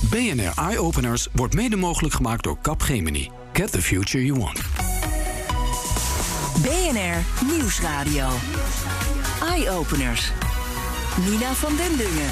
BNR Eye Openers wordt mede mogelijk gemaakt door Capgemini. Get the future you want. BNR Nieuwsradio. Eye Openers. Nina van den Dungen.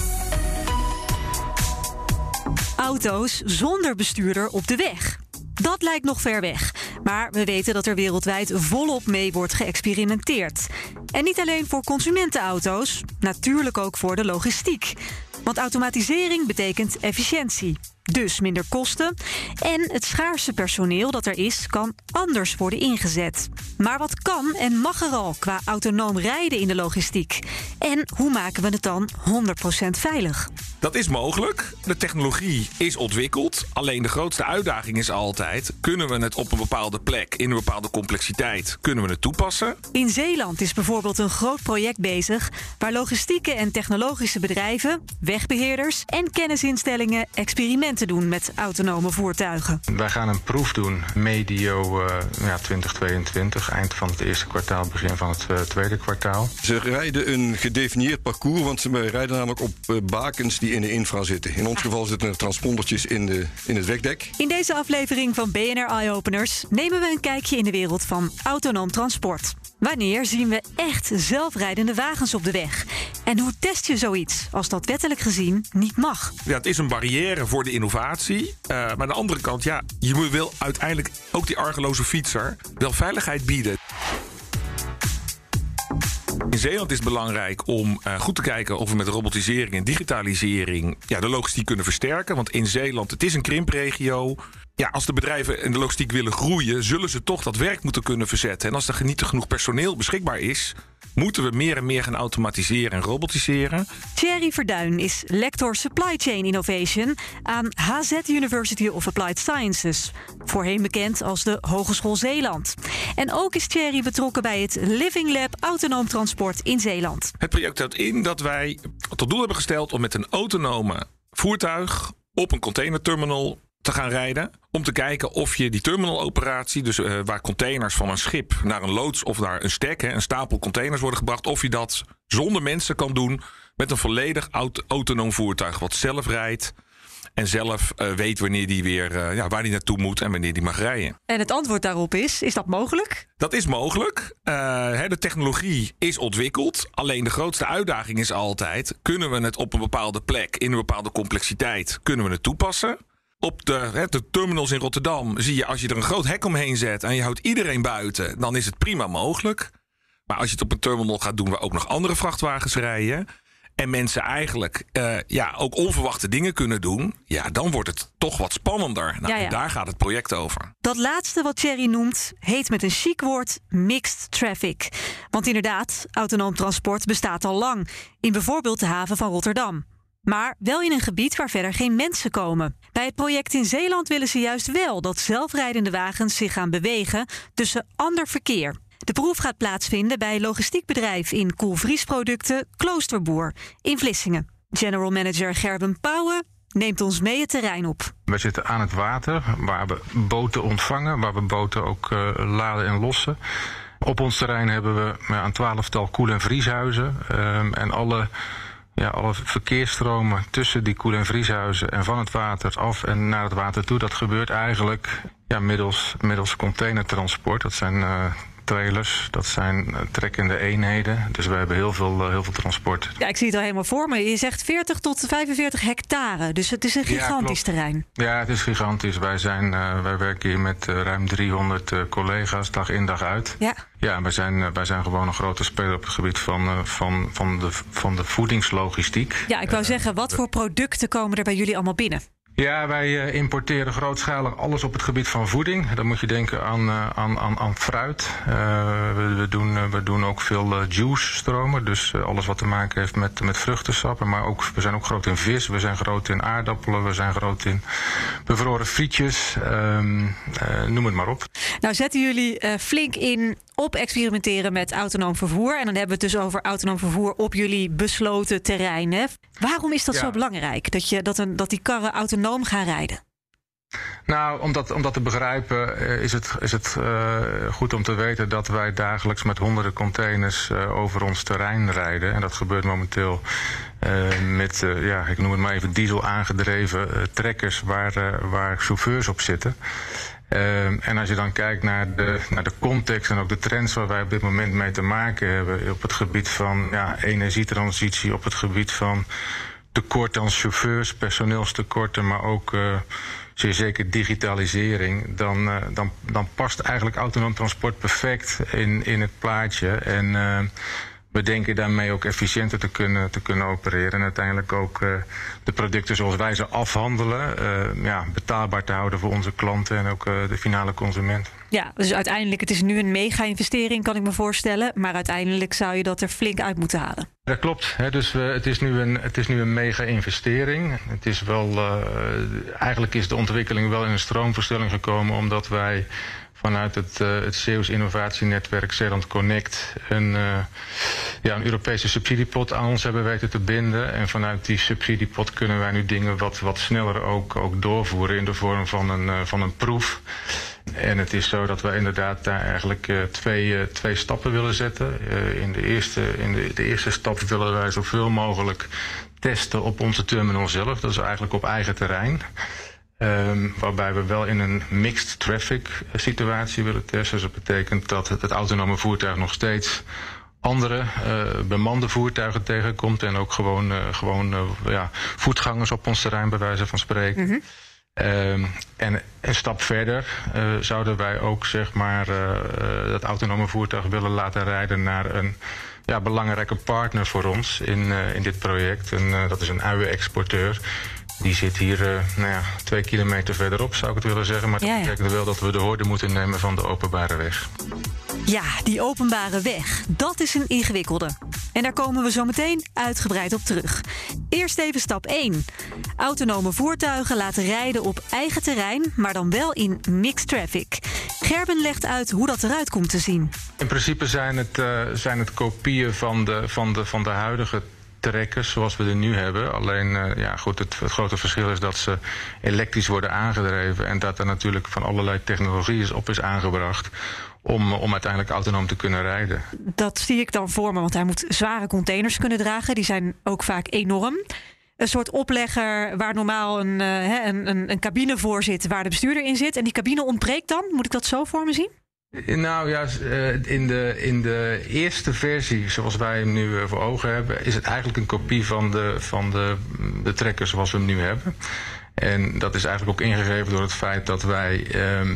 Auto's zonder bestuurder op de weg. Dat lijkt nog ver weg. Maar we weten dat er wereldwijd volop mee wordt geëxperimenteerd. En niet alleen voor consumentenauto's, natuurlijk ook voor de logistiek. Want automatisering betekent efficiëntie. Dus minder kosten. En het schaarse personeel dat er is, kan anders worden ingezet. Maar wat kan en mag er al qua autonoom rijden in de logistiek? En hoe maken we het dan 100% veilig? Dat is mogelijk. De technologie is ontwikkeld. Alleen de grootste uitdaging is altijd: kunnen we het op een bepaalde plek, in een bepaalde complexiteit, kunnen we het toepassen? In Zeeland is bijvoorbeeld een groot project bezig waar logistieke en technologische bedrijven, wegbeheerders en kennisinstellingen experimenten doen met autonome voertuigen. Wij gaan een proef doen medio 2022, eind van het eerste kwartaal, begin van het tweede kwartaal. Ze rijden een gedefinieerd parcours, want ze rijden namelijk op bakens die in de infra zitten. In ons geval zitten er transpondertjes in het wegdek. In deze aflevering van BNR Eye Openers nemen we een kijkje in de wereld van autonoom transport. Wanneer zien we echt zelfrijdende wagens op de weg? En hoe test je zoiets als dat wettelijk gezien niet mag? Ja, het is een barrière voor de innovatie. Maar aan de andere kant, je wil uiteindelijk ook die argeloze fietser wel veiligheid bieden. In Zeeland is het belangrijk om goed te kijken of we met robotisering en digitalisering de logistiek kunnen versterken. Want in Zeeland, het is een krimpregio. Ja, als de bedrijven in de logistiek willen groeien, zullen ze toch dat werk moeten kunnen verzetten. En als er niet genoeg personeel beschikbaar is, moeten we meer en meer gaan automatiseren en robotiseren. Thierry Verduin is lector Supply Chain Innovation aan HZ University of Applied Sciences. Voorheen bekend als de Hogeschool Zeeland. En ook is Thierry betrokken bij het Living Lab Autonoom Transport in Zeeland. Het project houdt in dat wij tot doel hebben gesteld om met een autonome voertuig op een containerterminal te gaan rijden. Om te kijken of je die terminaloperatie, dus waar containers van een schip naar een loods of naar een stek, een stapel containers worden gebracht, of je dat zonder mensen kan doen met een volledig autonoom voertuig wat zelf rijdt en zelf weet wanneer die weer waar die naartoe moet en wanneer die mag rijden. En het antwoord daarop is dat mogelijk? Dat is mogelijk. De technologie is ontwikkeld. Alleen de grootste uitdaging is altijd: kunnen we het op een bepaalde plek, in een bepaalde complexiteit, kunnen we het toepassen? Op de terminals in Rotterdam zie je, als je er een groot hek omheen zet en je houdt iedereen buiten, dan is het prima mogelijk. Maar als je het op een terminal gaat doen waar ook nog andere vrachtwagens rijden en mensen eigenlijk ook onverwachte dingen kunnen doen, dan wordt het toch wat spannender. En daar gaat het project over. Dat laatste wat Thierry noemt heet met een chic woord mixed traffic. Want inderdaad, autonoom transport bestaat al lang in bijvoorbeeld de haven van Rotterdam. Maar wel in een gebied waar verder geen mensen komen. Bij het project in Zeeland willen ze juist wel dat zelfrijdende wagens zich gaan bewegen tussen ander verkeer. De proef gaat plaatsvinden bij logistiekbedrijf in koelvriesproducten Kloosterboer in Vlissingen. General Manager Gerben Pauwen neemt ons mee het terrein op. We zitten aan het water, waar we boten ontvangen, waar we boten ook laden en lossen. Op ons terrein hebben we een 12-tal koel- en vrieshuizen en alle verkeersstromen tussen die koel- en vrieshuizen en van het water af en naar het water toe, dat gebeurt eigenlijk middels containertransport. Dat zijn trailers, dat zijn trekkende eenheden. Dus we hebben heel veel transport. Ja, ik zie het al helemaal voor me. Je zegt 40 tot 45 hectare, dus het is een gigantisch terrein. Ja, het is gigantisch. Wij werken hier met ruim 300 collega's, dag in dag uit. Ja, wij zijn gewoon een grote speler op het gebied van de voedingslogistiek. Ja, ik wou zeggen, wat voor producten komen er bij jullie allemaal binnen? Ja, wij importeren grootschalig alles op het gebied van voeding. Dan moet je denken aan fruit. We doen ook veel juice-stromen. Dus alles wat te maken heeft met vruchtensappen. Maar we zijn ook groot in vis. We zijn groot in aardappelen. We zijn groot in bevroren frietjes. Noem het maar op. Nou zetten jullie flink in op experimenteren met autonoom vervoer. En dan hebben we het dus over autonoom vervoer op jullie besloten terrein. Hè? Waarom is dat zo belangrijk? Dat die karren autonoom gaan rijden? Nou, om dat te begrijpen is het goed om te weten dat wij dagelijks met honderden containers over ons terrein rijden. En dat gebeurt momenteel Met, ik noem het maar even diesel aangedreven trekkers waar chauffeurs op zitten. En als je dan kijkt naar de context en ook de trends waar wij op dit moment mee te maken hebben, op het gebied van energietransitie, op het gebied van tekort aan chauffeurs, personeelstekorten, maar ook zeer zeker digitalisering, dan past eigenlijk autonoom transport perfect in het plaatje. En we denken daarmee ook efficiënter te kunnen opereren. En uiteindelijk ook de producten zoals wij ze afhandelen betaalbaar te houden voor onze klanten en ook de finale consument. Ja, dus uiteindelijk, het is nu een mega-investering, kan ik me voorstellen. Maar uiteindelijk zou je dat er flink uit moeten halen. Dat klopt. Dus het is nu een mega-investering. Het is wel, eigenlijk is de ontwikkeling wel in een stroomversnelling gekomen, omdat wij vanuit het Zeeuws innovatienetwerk Zeeland Connect een Europese subsidiepot aan ons hebben weten te binden. En vanuit die subsidiepot kunnen wij nu dingen wat sneller ook doorvoeren in de vorm van een proef. En het is zo dat wij inderdaad daar eigenlijk twee stappen willen zetten. In de eerste stap willen wij zoveel mogelijk testen op onze terminal zelf. Dat is eigenlijk op eigen terrein. Waarbij we wel in een mixed traffic situatie willen testen. Dus dat betekent dat het autonome voertuig nog steeds andere bemande voertuigen tegenkomt. En ook gewoon voetgangers op ons terrein, bij wijze van spreken. Mm-hmm. En een stap verder zouden wij ook dat autonome voertuig willen laten rijden naar een belangrijke partner voor ons in dit project. En dat is een uienexporteur. Die zit hier 2 kilometer verderop, zou ik het willen zeggen. Maar dat betekent wel dat we de hoorde moeten nemen van de openbare weg. Ja, die openbare weg, dat is een ingewikkelde. En daar komen we zo meteen uitgebreid op terug. Eerst even stap 1. Autonome voertuigen laten rijden op eigen terrein, maar dan wel in mixed traffic. Gerben legt uit hoe dat eruit komt te zien. In principe zijn het kopieën van de huidige trekkers zoals we er nu hebben. Alleen, het grote verschil is dat ze elektrisch worden aangedreven en dat er natuurlijk van allerlei technologie op is aangebracht om uiteindelijk autonoom te kunnen rijden. Dat zie ik dan voor me, want hij moet zware containers kunnen dragen. Die zijn ook vaak enorm. Een soort oplegger waar normaal een cabine voor zit, waar de bestuurder in zit. En die cabine ontbreekt dan? Moet ik dat zo voor me zien? Nou ja, in de eerste versie, zoals wij hem nu voor ogen hebben, is het eigenlijk een kopie van de trekker zoals we hem nu hebben. En dat is eigenlijk ook ingegeven door het feit dat wij,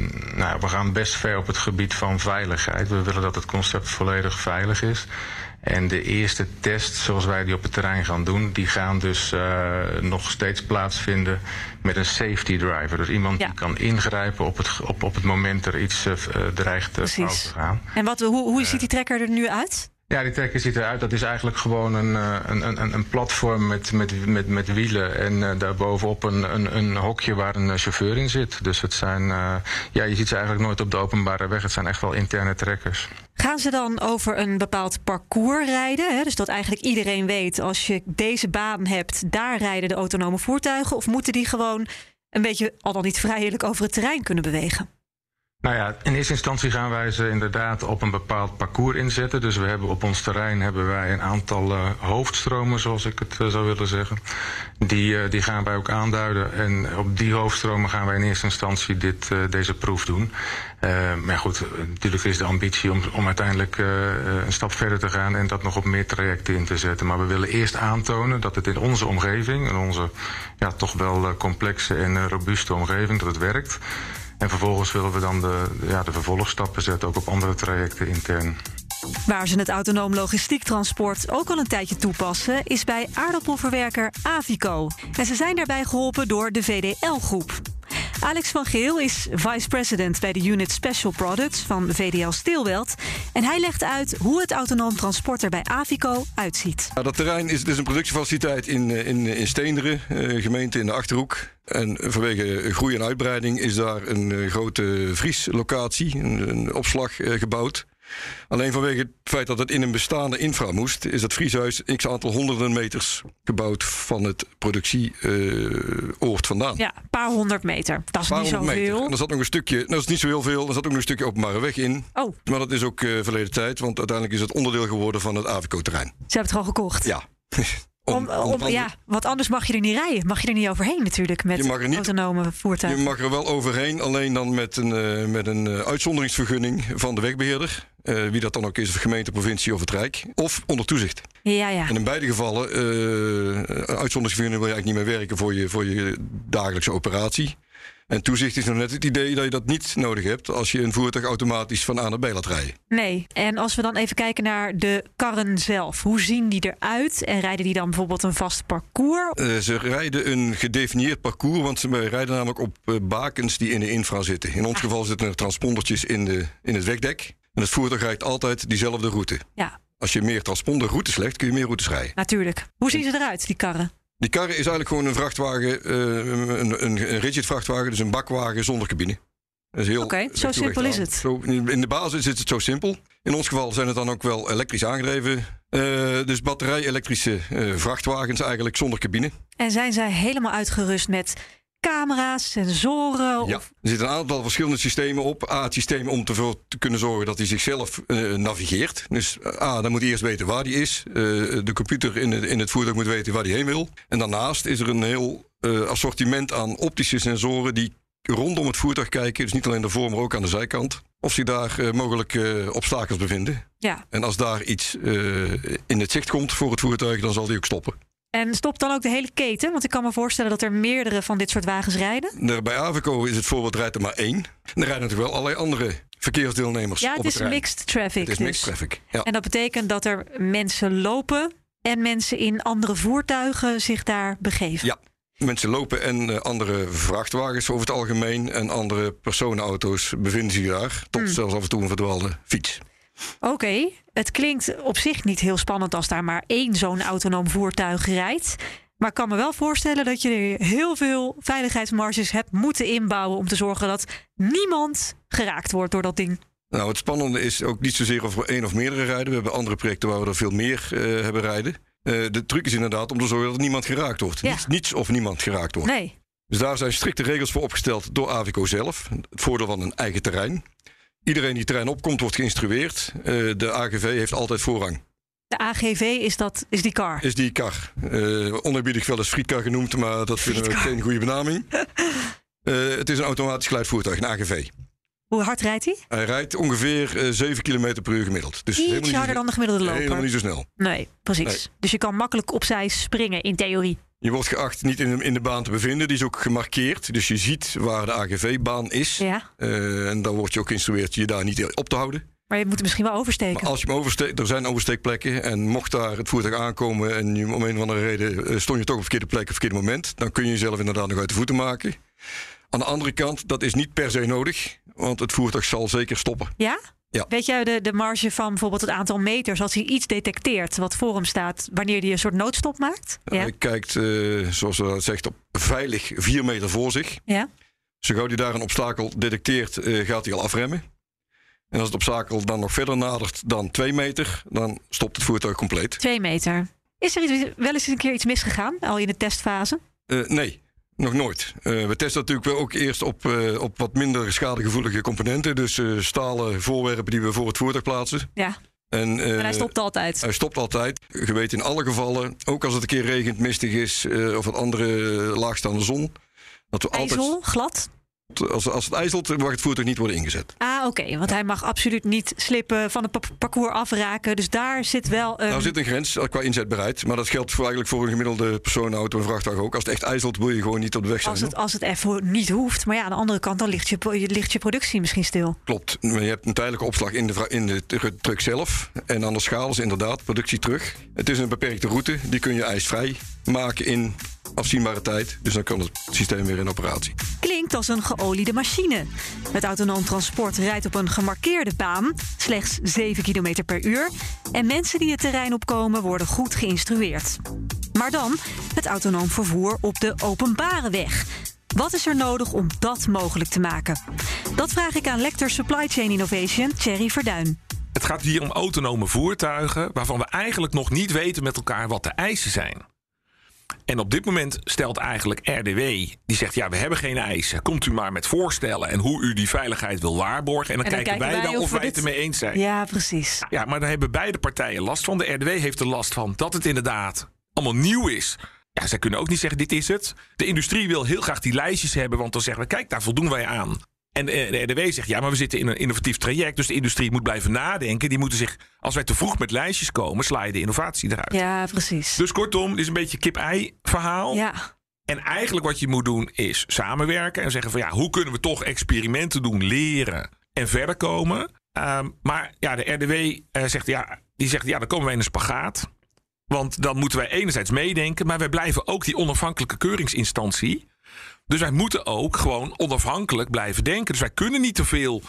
we gaan best ver op het gebied van veiligheid. We willen dat het concept volledig veilig is. En de eerste tests, zoals wij die op het terrein gaan doen, die gaan dus nog steeds plaatsvinden met een safety driver. Dus iemand die kan ingrijpen op het moment er iets dreigt fout te gaan. En hoe ziet die trekker er nu uit? Ja, die trekker ziet eruit. Dat is eigenlijk gewoon een platform met wielen en daarbovenop een hokje waar een chauffeur in zit. Dus het zijn, je ziet ze eigenlijk nooit op de openbare weg. Het zijn echt wel interne trekkers. Gaan ze dan over een bepaald parcours rijden? Hè? Dus dat eigenlijk iedereen weet, als je deze baan hebt, daar rijden de autonome voertuigen? Of moeten die gewoon een beetje, al dan niet vrijelijk, over het terrein kunnen bewegen? Nou ja, in eerste instantie gaan wij ze inderdaad op een bepaald parcours inzetten. Dus we hebben op ons terrein een aantal hoofdstromen, zoals ik het zou willen zeggen. Die gaan wij ook aanduiden. En op die hoofdstromen gaan wij in eerste instantie deze proef doen. Maar goed, natuurlijk is de ambitie om uiteindelijk een stap verder te gaan en dat nog op meer trajecten in te zetten. Maar we willen eerst aantonen dat het in onze omgeving, in onze toch wel complexe en robuuste omgeving, dat het werkt. En vervolgens willen we dan de vervolgstappen zetten, ook op andere trajecten intern. Waar ze het autonoom logistiektransport ook al een tijdje toepassen, is bij aardappelverwerker Avico. En ze zijn daarbij geholpen door de VDL-groep. Alex van Geel is vice-president bij de unit Special Products van VDL Stilweld. En hij legt uit hoe het autonoom transport er bij Avico uitziet. Dat terrein is een productiefaciliteit in Steenderen, gemeente in de Achterhoek. En vanwege groei en uitbreiding is daar een grote vrieslocatie, een opslag gebouwd. Alleen vanwege het feit dat het in een bestaande infra moest, is dat vrieshuis x aantal honderden meters gebouwd van het productieoord vandaan. Ja, een paar honderd meter. Dat is niet zoveel. En er zat nog een stukje, dat is niet zo heel veel, er zat ook nog een stukje openbare weg in. Oh. Maar dat is ook verleden tijd, want uiteindelijk is het onderdeel geworden van het Avico-terrein. Ze hebben het gewoon gekocht? Ja. Want anders mag je er niet rijden. Mag je er niet overheen natuurlijk met autonome voertuigen. Je mag er wel overheen, alleen dan met een uitzonderingsvergunning van de wegbeheerder. Wie dat dan ook is, of gemeente, provincie of het Rijk. Of onder toezicht. Ja. En in beide gevallen, uitzonderingsvergunning wil je eigenlijk niet meer werken voor je dagelijkse operatie. En toezicht is nog net het idee dat je dat niet nodig hebt als je een voertuig automatisch van A naar B laat rijden. Nee, en als we dan even kijken naar de karren zelf. Hoe zien die eruit? En rijden die dan bijvoorbeeld een vast parcours? Ze rijden een gedefinieerd parcours, want ze rijden namelijk op bakens die in de infra zitten. In ons geval zitten er transpondertjes in het wegdek. En het voertuig rijdt altijd diezelfde route. Ja. Als je meer transponderroutes legt, kun je meer routes rijden. Natuurlijk. Hoe zien ze eruit, die karren? Die karre is eigenlijk gewoon een vrachtwagen, een rigid vrachtwagen, dus een bakwagen zonder cabine. Oké, zo simpel is het. In de basis is het zo simpel. In ons geval zijn het dan ook wel elektrisch aangedreven. Dus batterij-elektrische vrachtwagens eigenlijk zonder cabine. En zijn zij helemaal uitgerust met camera's, sensoren? Ja, er zitten een aantal verschillende systemen op. Het systeem om te kunnen zorgen dat hij zichzelf navigeert. Dus dan moet hij eerst weten waar hij is. De computer in het voertuig moet weten waar hij heen wil. En daarnaast is er een heel assortiment aan optische sensoren die rondom het voertuig kijken. Dus niet alleen daarvoor, maar ook aan de zijkant. Of zich daar mogelijk obstakels bevinden. Ja. En als daar iets in het zicht komt voor het voertuig, dan zal die ook stoppen. En stopt dan ook de hele keten? Want ik kan me voorstellen dat er meerdere van dit soort wagens rijden. Bij Avico is het voorbeeld, rijdt er maar 1. En er rijden natuurlijk wel allerlei andere verkeersdeelnemers op het terrein. Ja, het is mixed traffic. Het is mixed traffic, ja. En dat betekent dat er mensen lopen en mensen in andere voertuigen zich daar begeven. Ja, mensen lopen en andere vrachtwagens over het algemeen en andere personenauto's bevinden zich daar. Tot zelfs af en toe een verdwaalde fiets. Oké, het klinkt op zich niet heel spannend als daar maar 1 zo'n autonoom voertuig rijdt. Maar ik kan me wel voorstellen dat je er heel veel veiligheidsmarges hebt moeten inbouwen om te zorgen dat niemand geraakt wordt door dat ding. Nou, het spannende is ook niet zozeer of we 1 of meerdere rijden. We hebben andere projecten waar we er veel meer hebben rijden. De truc is inderdaad om te zorgen dat niemand geraakt wordt. Ja. Niets of niemand geraakt wordt. Nee. Dus daar zijn strikte regels voor opgesteld door Avico zelf. Het voordeel van een eigen terrein. Iedereen die terrein opkomt wordt geïnstrueerd. De AGV heeft altijd voorrang. De AGV is die kar? Is die kar. Oneerbiedig wel eens frietkar genoemd, maar dat vinden we geen goede benaming. Het is een automatisch geleidvoertuig, een AGV. Hoe hard rijdt hij? Hij rijdt ongeveer 7 km per uur gemiddeld. Dus iets harder dan de gemiddelde loper. Helemaal niet zo snel. Nee, precies. Nee. Dus je kan makkelijk opzij springen, in theorie. Je wordt geacht niet in de baan te bevinden. Die is ook gemarkeerd. Dus je ziet waar de AGV-baan is. Ja. En dan word je ook geïnstrueerd je daar niet op te houden. Maar je moet hem misschien wel oversteken. Maar als je hem oversteekt, er zijn oversteekplekken. En mocht daar het voertuig aankomen en je om een of andere reden stond je toch op verkeerde plek, op het verkeerde moment, dan kun je jezelf inderdaad nog uit de voeten maken. Aan de andere kant, dat is niet per se nodig. Want het voertuig zal zeker stoppen. Ja? Ja. Weet jij de marge van bijvoorbeeld het aantal meters als hij iets detecteert wat voor hem staat, wanneer hij een soort noodstop maakt? Ja. Hij kijkt, zoals we dat zegt, op veilig 4 meter voor zich. Ja. Zo gauw hij daar een obstakel detecteert, gaat hij al afremmen. En als het obstakel dan nog verder nadert dan 2 meter, dan stopt het voertuig compleet. 2 meter. Is er wel eens een keer iets misgegaan, al in de testfase? Nee. Nog nooit. We testen natuurlijk wel ook eerst op wat minder schadegevoelige componenten. Dus stalen voorwerpen die we voor het voertuig plaatsen. Ja. En hij stopt altijd. Hij stopt altijd. Je weet in alle gevallen, ook als het een keer regent, mistig is of wat andere laagstaande zon. Dat we IJzel, glad? Als het ijzelt, mag het voertuig niet worden ingezet. Oké. Want hij mag absoluut niet slippen, van het parcours afraken. Dus daar zit wel een... Daar zit een grens qua inzetbaarheid. Maar dat geldt eigenlijk voor een gemiddelde personenauto en vrachtwagen ook. Als het echt ijzelt, wil je gewoon niet op de weg zijn. Als het even niet hoeft. Maar ja, aan de andere kant, dan ligt je productie misschien stil. Klopt. Maar je hebt een tijdelijke opslag in de truck zelf. En aan de schaal is inderdaad productie terug. Het is een beperkte route. Die kun je ijsvrij maken in afzienbare tijd. Dus dan kan het systeem weer in operatie. Klinkt als een geoliede machine. Het autonoom transport rijdt op een gemarkeerde baan, slechts 7 km per uur. En mensen die het terrein opkomen worden goed geïnstrueerd. Maar dan het autonoom vervoer op de openbare weg. Wat is er nodig om dat mogelijk te maken? Dat vraag ik aan lector Supply Chain Innovation Thierry Verduin. Het gaat hier om autonome voertuigen waarvan we eigenlijk nog niet weten met elkaar wat de eisen zijn. En op dit moment stelt eigenlijk RDW, die zegt ja, we hebben geen eisen. Komt u maar met voorstellen en hoe u die veiligheid wil waarborgen. En dan kijken wij dan of wij het ermee eens zijn. Ja, precies. Ja, maar daar hebben beide partijen last van. De RDW heeft er last van dat het inderdaad allemaal nieuw is. Ja, zij kunnen ook niet zeggen, dit is het. De industrie wil heel graag die lijstjes hebben, want dan zeggen we, kijk, daar voldoen wij aan. En de RDW zegt, ja, maar we zitten in een innovatief traject, dus de industrie moet blijven nadenken. Die moeten zich, als wij te vroeg met lijstjes komen, sla je de innovatie eruit. Ja, precies. Dus kortom, dit is een beetje kip-ei verhaal. Ja. En eigenlijk wat je moet doen is samenwerken en zeggen van ja, hoe kunnen we toch experimenten doen, leren en verder komen. Maar ja, de RDW zegt dan komen wij in een spagaat. Want dan moeten wij enerzijds meedenken, maar wij blijven ook die onafhankelijke keuringsinstantie. Dus wij moeten ook gewoon onafhankelijk blijven denken. Dus wij kunnen niet te veel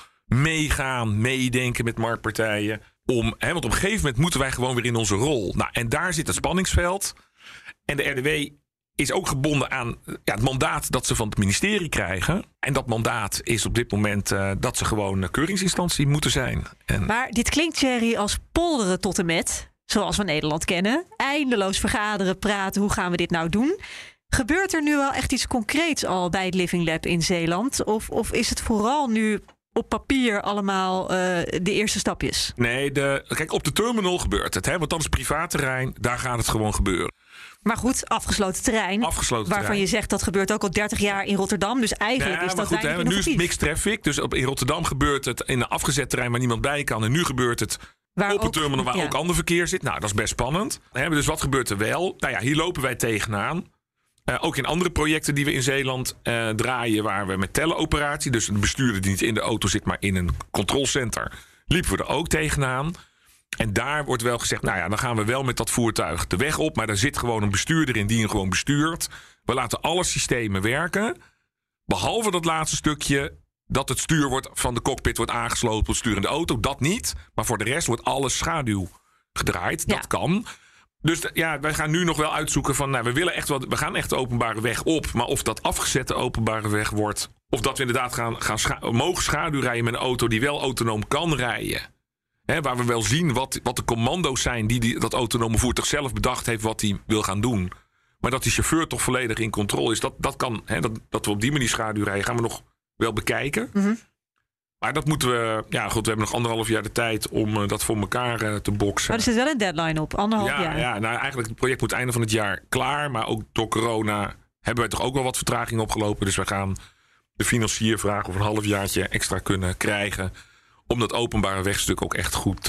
meedenken met marktpartijen. Want op een gegeven moment moeten wij gewoon weer in onze rol. Nou, en daar zit het spanningsveld. En de RDW is ook gebonden aan het mandaat dat ze van het ministerie krijgen. En dat mandaat is op dit moment dat ze gewoon een keuringsinstantie moeten zijn. Maar dit klinkt, Thierry, als polderen tot en met, zoals we Nederland kennen. Eindeloos vergaderen, praten, hoe gaan we dit nou doen? Gebeurt er nu wel echt iets concreets al bij het Living Lab in Zeeland? Of is het vooral nu op papier allemaal de eerste stapjes? Nee, kijk, op de terminal gebeurt het. Want dat is privaatterrein, daar gaat het gewoon gebeuren. Maar goed, afgesloten terrein. Waarvan je zegt dat gebeurt ook al 30 jaar in Rotterdam. Dus eigenlijk is dat weinig innovatief. Nu is het mixed traffic. Dus in Rotterdam gebeurt het in een afgezet terrein waar niemand bij kan. En nu gebeurt het op een terminal waar ook ander verkeer zit. Nou, dat is best spannend. Dus wat gebeurt er wel? Nou ja, hier lopen wij tegenaan. Ook in andere projecten die we in Zeeland draaien, waar we met tellenoperatie, dus een bestuurder die niet in de auto zit, maar in een controlcenter, liepen we er ook tegenaan. En daar wordt wel gezegd, nou ja, dan gaan we wel met dat voertuig de weg op, maar daar zit gewoon een bestuurder in die hem gewoon bestuurt. We laten alle systemen werken, behalve dat laatste stukje dat het stuur van de cockpit wordt aangesloten op het stuur in de auto. Dat niet, maar voor de rest wordt alles schaduw gedraaid. Ja. Dat kan. Dus wij gaan nu nog wel uitzoeken van, we gaan echt de openbare weg op. Maar of dat afgezette openbare weg wordt, of dat we inderdaad mogen schaduwrijden met een auto die wel autonoom kan rijden. Waar we wel zien wat de commando's zijn die dat autonome voertuig zelf bedacht heeft wat hij wil gaan doen. Maar dat die chauffeur toch volledig in controle is, dat kan. Dat we op die manier schaduwrijden, gaan we nog wel bekijken. Mm-hmm. Maar dat moeten we... Ja, goed, we hebben nog 1,5 jaar de tijd om dat voor elkaar te boksen. Maar er zit wel een deadline op, 1,5 jaar. Ja, nou eigenlijk het project moet einde van het jaar klaar. Maar ook door corona hebben wij toch ook wel wat vertraging opgelopen. Dus we gaan de financier vragen of een halfjaartje extra kunnen krijgen om dat openbare wegstuk ook echt goed...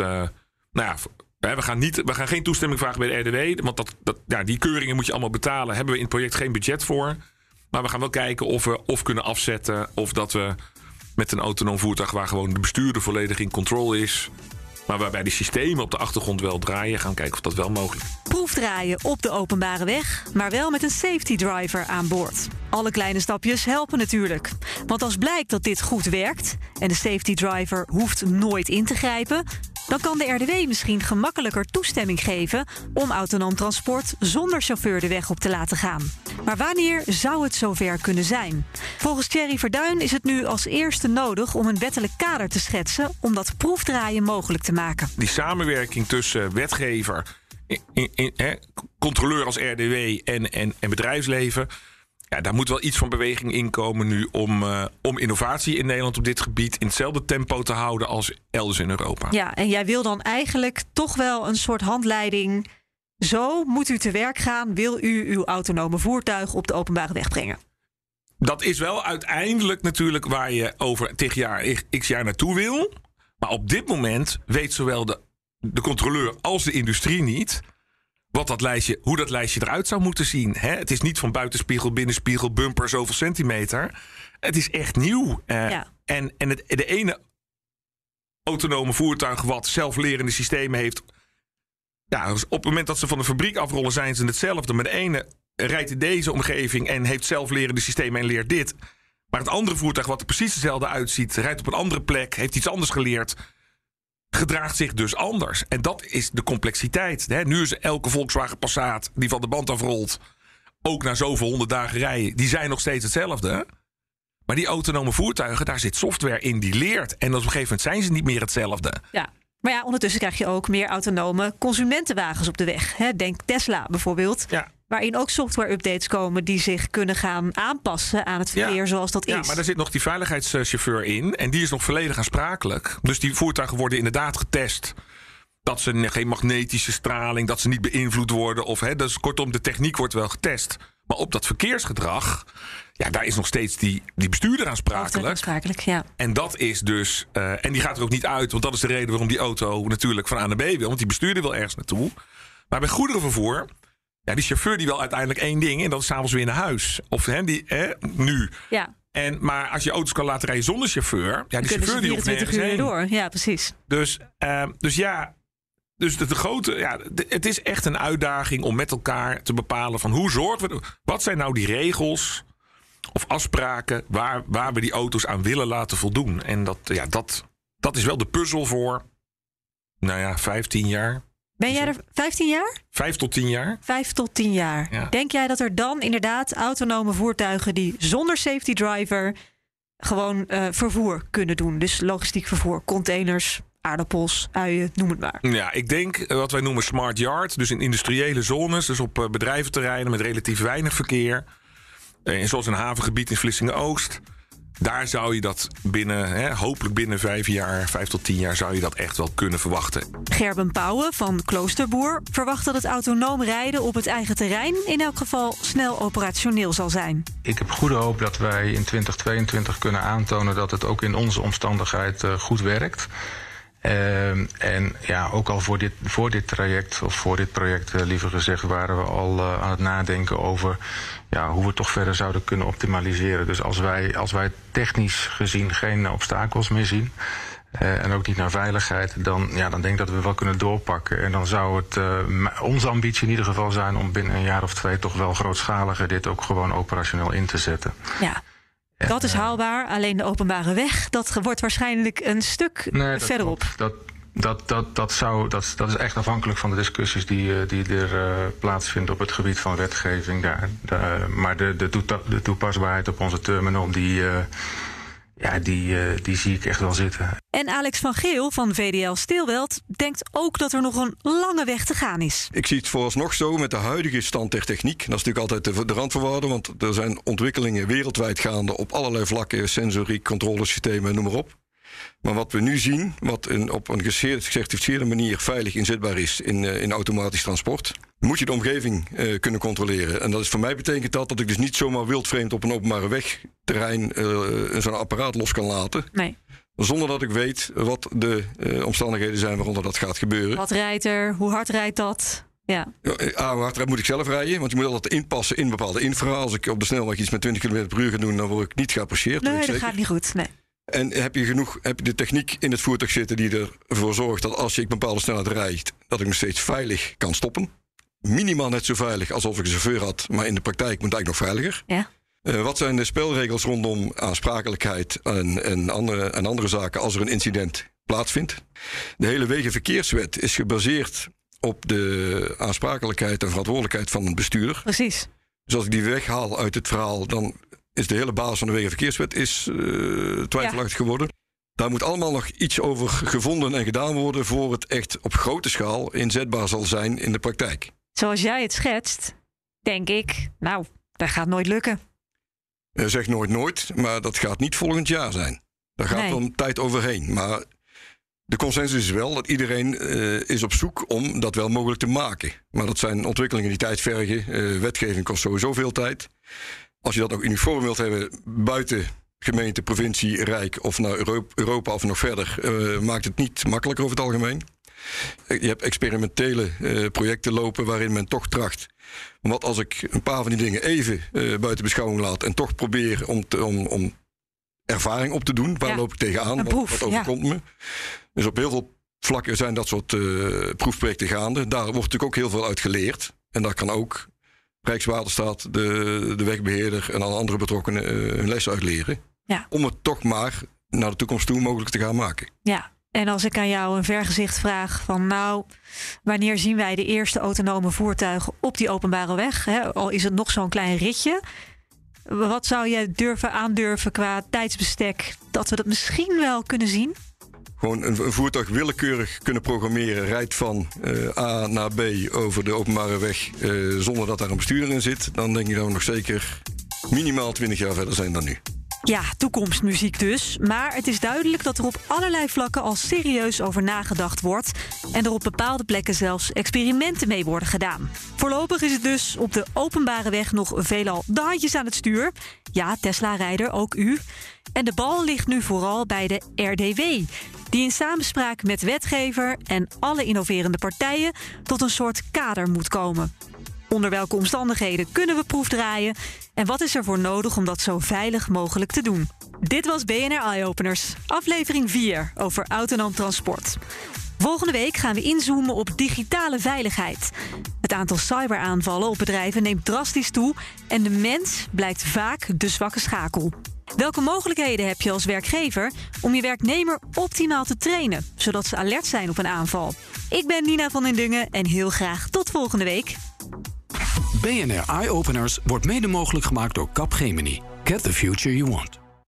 we gaan geen toestemming vragen bij de RDW. Want die keuringen moet je allemaal betalen. Hebben we in het project geen budget voor. Maar we gaan wel kijken of we kunnen afzetten of dat we met een autonoom voertuig waar gewoon de bestuurder volledig in controle is, maar waarbij de systemen op de achtergrond wel draaien, gaan kijken of dat wel mogelijk is. Proefdraaien op de openbare weg, maar wel met een safety driver aan boord. Alle kleine stapjes helpen natuurlijk. Want als blijkt dat dit goed werkt en de safety driver hoeft nooit in te grijpen, dan kan de RDW misschien gemakkelijker toestemming geven om autonoom transport zonder chauffeur de weg op te laten gaan. Maar wanneer zou het zover kunnen zijn? Volgens Thierry Verduin is het nu als eerste nodig om een wettelijk kader te schetsen om dat proefdraaien mogelijk te maken. Die samenwerking tussen wetgever, controleur als RDW en bedrijfsleven, ja, daar moet wel iets van beweging in komen nu om innovatie in Nederland op dit gebied in hetzelfde tempo te houden als elders in Europa. Ja, en jij wil dan eigenlijk toch wel een soort handleiding. Zo moet u te werk gaan, wil u uw autonome voertuig op de openbare weg brengen. Dat is wel uiteindelijk natuurlijk waar je over x jaar naartoe wil. Maar op dit moment weet zowel de controleur als de industrie niet hoe dat lijstje eruit zou moeten zien. Het is niet van buitenspiegel, binnenspiegel, bumper, zoveel centimeter. Het is echt nieuw. En de ene autonome voertuig wat zelflerende systemen heeft, ja, dus op het moment dat ze van de fabriek afrollen zijn ze hetzelfde. Maar de ene rijdt in deze omgeving en heeft zelflerende systemen en leert dit. Maar het andere voertuig wat er precies hetzelfde uitziet, rijdt op een andere plek, heeft iets anders geleerd, gedraagt zich dus anders. En dat is de complexiteit. Nu is elke Volkswagen Passat die van de band afrolt, ook na zoveel 100 dagen rijden, die zijn nog steeds hetzelfde. Maar die autonome voertuigen, daar zit software in die leert. En op een gegeven moment zijn ze niet meer hetzelfde. Ja. Maar ja, ondertussen krijg je ook meer autonome consumentenwagens op de weg. Denk Tesla bijvoorbeeld. Ja. Waarin ook software-updates komen die zich kunnen gaan aanpassen aan het verkeer zoals dat is. Ja, maar daar zit nog die veiligheidschauffeur in. En die is nog volledig aansprakelijk. Dus die voertuigen worden inderdaad getest dat ze geen magnetische straling, dat ze niet beïnvloed worden. Dus kortom, de techniek wordt wel getest. Maar op dat verkeersgedrag, daar is nog steeds die bestuurder aansprakelijk. Ja. En dat is dus, en die gaat er ook niet uit, want dat is de reden waarom die auto natuurlijk van A naar B wil. Want die bestuurder wil ergens naartoe. Maar bij goederenvervoer, die chauffeur die wil uiteindelijk één ding, en dat is 's avonds weer naar huis. Of nu. Ja. Maar als je auto's kan laten rijden zonder chauffeur, die chauffeur die hoeft nergens heen. Door. Ja, precies. Dus de grote, het is echt een uitdaging om met elkaar te bepalen van wat zijn nou die regels of afspraken waar we die auto's aan willen laten voldoen. En dat is wel de puzzel voor 15 jaar. Ben jij er 15 jaar? 5 tot 10 jaar. 5 tot 10 jaar. Ja. Denk jij dat er dan inderdaad autonome voertuigen die zonder safety driver gewoon vervoer kunnen doen? Dus logistiek vervoer, containers, aardappels, uien, noem het maar. Ja, ik denk wat wij noemen smart yard. Dus in industriële zones, dus op bedrijventerreinen met relatief weinig verkeer. Zoals een havengebied in Vlissingen-Oost. Daar zou je dat hopelijk binnen 5 tot 10 jaar zou je dat echt wel kunnen verwachten. Gerben Pauwen van Kloosterboer verwacht dat het autonoom rijden op het eigen terrein in elk geval snel operationeel zal zijn. Ik heb goede hoop dat wij in 2022 kunnen aantonen dat het ook in onze omstandigheid goed werkt. En ook al voor dit traject, of voor dit project liever gezegd, waren we al aan het nadenken over hoe we toch verder zouden kunnen optimaliseren. Dus als wij technisch gezien geen obstakels meer zien, en ook niet naar veiligheid, dan denk ik dat we wel kunnen doorpakken. En dan zou het onze ambitie in ieder geval zijn om binnen een jaar of 2 toch wel grootschaliger dit ook gewoon operationeel in te zetten. Ja. Dat is haalbaar, alleen de openbare weg, dat wordt waarschijnlijk een stuk verderop. Dat is echt afhankelijk van de discussies die er plaatsvinden op het gebied van wetgeving. Maar de toepasbaarheid op onze terminal, die zie ik echt wel zitten. En Alex van Geel van VDL Steelweld denkt ook dat er nog een lange weg te gaan is. Ik zie het vooralsnog zo met de huidige stand der techniek. Dat is natuurlijk altijd de randvoorwaarde, want er zijn ontwikkelingen wereldwijd gaande op allerlei vlakken, sensoriek, controlesystemen, noem maar op. Maar wat we nu zien, wat op een gecertificeerde manier veilig inzetbaar is in automatisch transport, moet je de omgeving kunnen controleren. En dat is voor mij betekent dat ik dus niet zomaar wildvreemd op een openbare wegterrein zo'n apparaat los kan laten. Nee. Zonder dat ik weet wat de omstandigheden zijn waaronder dat gaat gebeuren. Wat rijdt er? Hoe hard rijdt dat? Ja. Hoe hard moet ik zelf rijden? Want je moet altijd inpassen in bepaalde infra. Als ik op de snelweg iets met 20 km per uur ga doen, dan word ik niet geapprecieerd. Nee, dat gaat niet goed. Nee. En heb je de techniek in het voertuig zitten die ervoor zorgt dat als ik bepaalde snelheid rijd, dat ik nog steeds veilig kan stoppen. Minimaal net zo veilig alsof ik een chauffeur had, maar in de praktijk moet het eigenlijk nog veiliger. Ja. Wat zijn de spelregels rondom aansprakelijkheid en andere zaken als er een incident plaatsvindt? De hele Wegenverkeerswet is gebaseerd op de aansprakelijkheid en verantwoordelijkheid van een bestuurder. Precies. Dus als ik die weghaal uit het verhaal, dan is de hele basis van de Wegenverkeerswet twijfelachtig geworden. Daar moet allemaal nog iets over gevonden en gedaan worden voor het echt op grote schaal inzetbaar zal zijn in de praktijk. Zoals jij het schetst, denk ik, dat gaat nooit lukken. Zeg nooit, maar dat gaat niet volgend jaar zijn. Daar gaat wel een tijd overheen. Maar de consensus is wel dat iedereen is op zoek om dat wel mogelijk te maken. Maar dat zijn ontwikkelingen die tijd vergen. Wetgeving kost sowieso veel tijd. Als je dat ook uniform wilt hebben buiten gemeente, provincie, rijk of naar Europa of nog verder, maakt het niet makkelijker over het algemeen. Je hebt experimentele projecten lopen waarin men toch tracht. Want als ik een paar van die dingen even buiten beschouwing laat en toch probeer om ervaring op te doen, waar loop ik tegenaan, wat overkomt me. Dus op heel veel vlakken zijn dat soort proefprojecten gaande. Daar wordt natuurlijk ook heel veel uit geleerd. En daar kan ook Rijkswaterstaat, de wegbeheerder en alle andere betrokkenen hun les uitleren. Ja. Om het toch maar naar de toekomst toe mogelijk te gaan maken. Ja, en als ik aan jou een vergezicht vraag van wanneer zien wij de eerste autonome voertuigen op die openbare weg? Al is het nog zo'n klein ritje. Wat zou je aandurven qua tijdsbestek dat we dat misschien wel kunnen zien? Gewoon een voertuig willekeurig kunnen programmeren, rijdt van A naar B over de openbare weg zonder dat daar een bestuurder in zit. Dan denk ik dat we nog zeker minimaal 20 jaar verder zijn dan nu. Ja, toekomstmuziek dus. Maar het is duidelijk dat er op allerlei vlakken al serieus over nagedacht wordt. En er op bepaalde plekken zelfs experimenten mee worden gedaan. Voorlopig is het dus op de openbare weg nog veelal de handjes aan het stuur. Ja, Tesla-rijder, ook u. En de bal ligt nu vooral bij de RDW. Die in samenspraak met wetgever en alle innoverende partijen tot een soort kader moet komen. Onder welke omstandigheden kunnen we proefdraaien? En wat is er voor nodig om dat zo veilig mogelijk te doen? Dit was BNR Eye-Openers, aflevering 4 over autonoom transport. Volgende week gaan we inzoomen op digitale veiligheid. Het aantal cyberaanvallen op bedrijven neemt drastisch toe en de mens blijkt vaak de zwakke schakel. Welke mogelijkheden heb je als werkgever om je werknemer optimaal te trainen, zodat ze alert zijn op een aanval? Ik ben Nina van den Dungen en heel graag tot volgende week. BNR Eye Openers wordt mede mogelijk gemaakt door Capgemini. Get the future you want.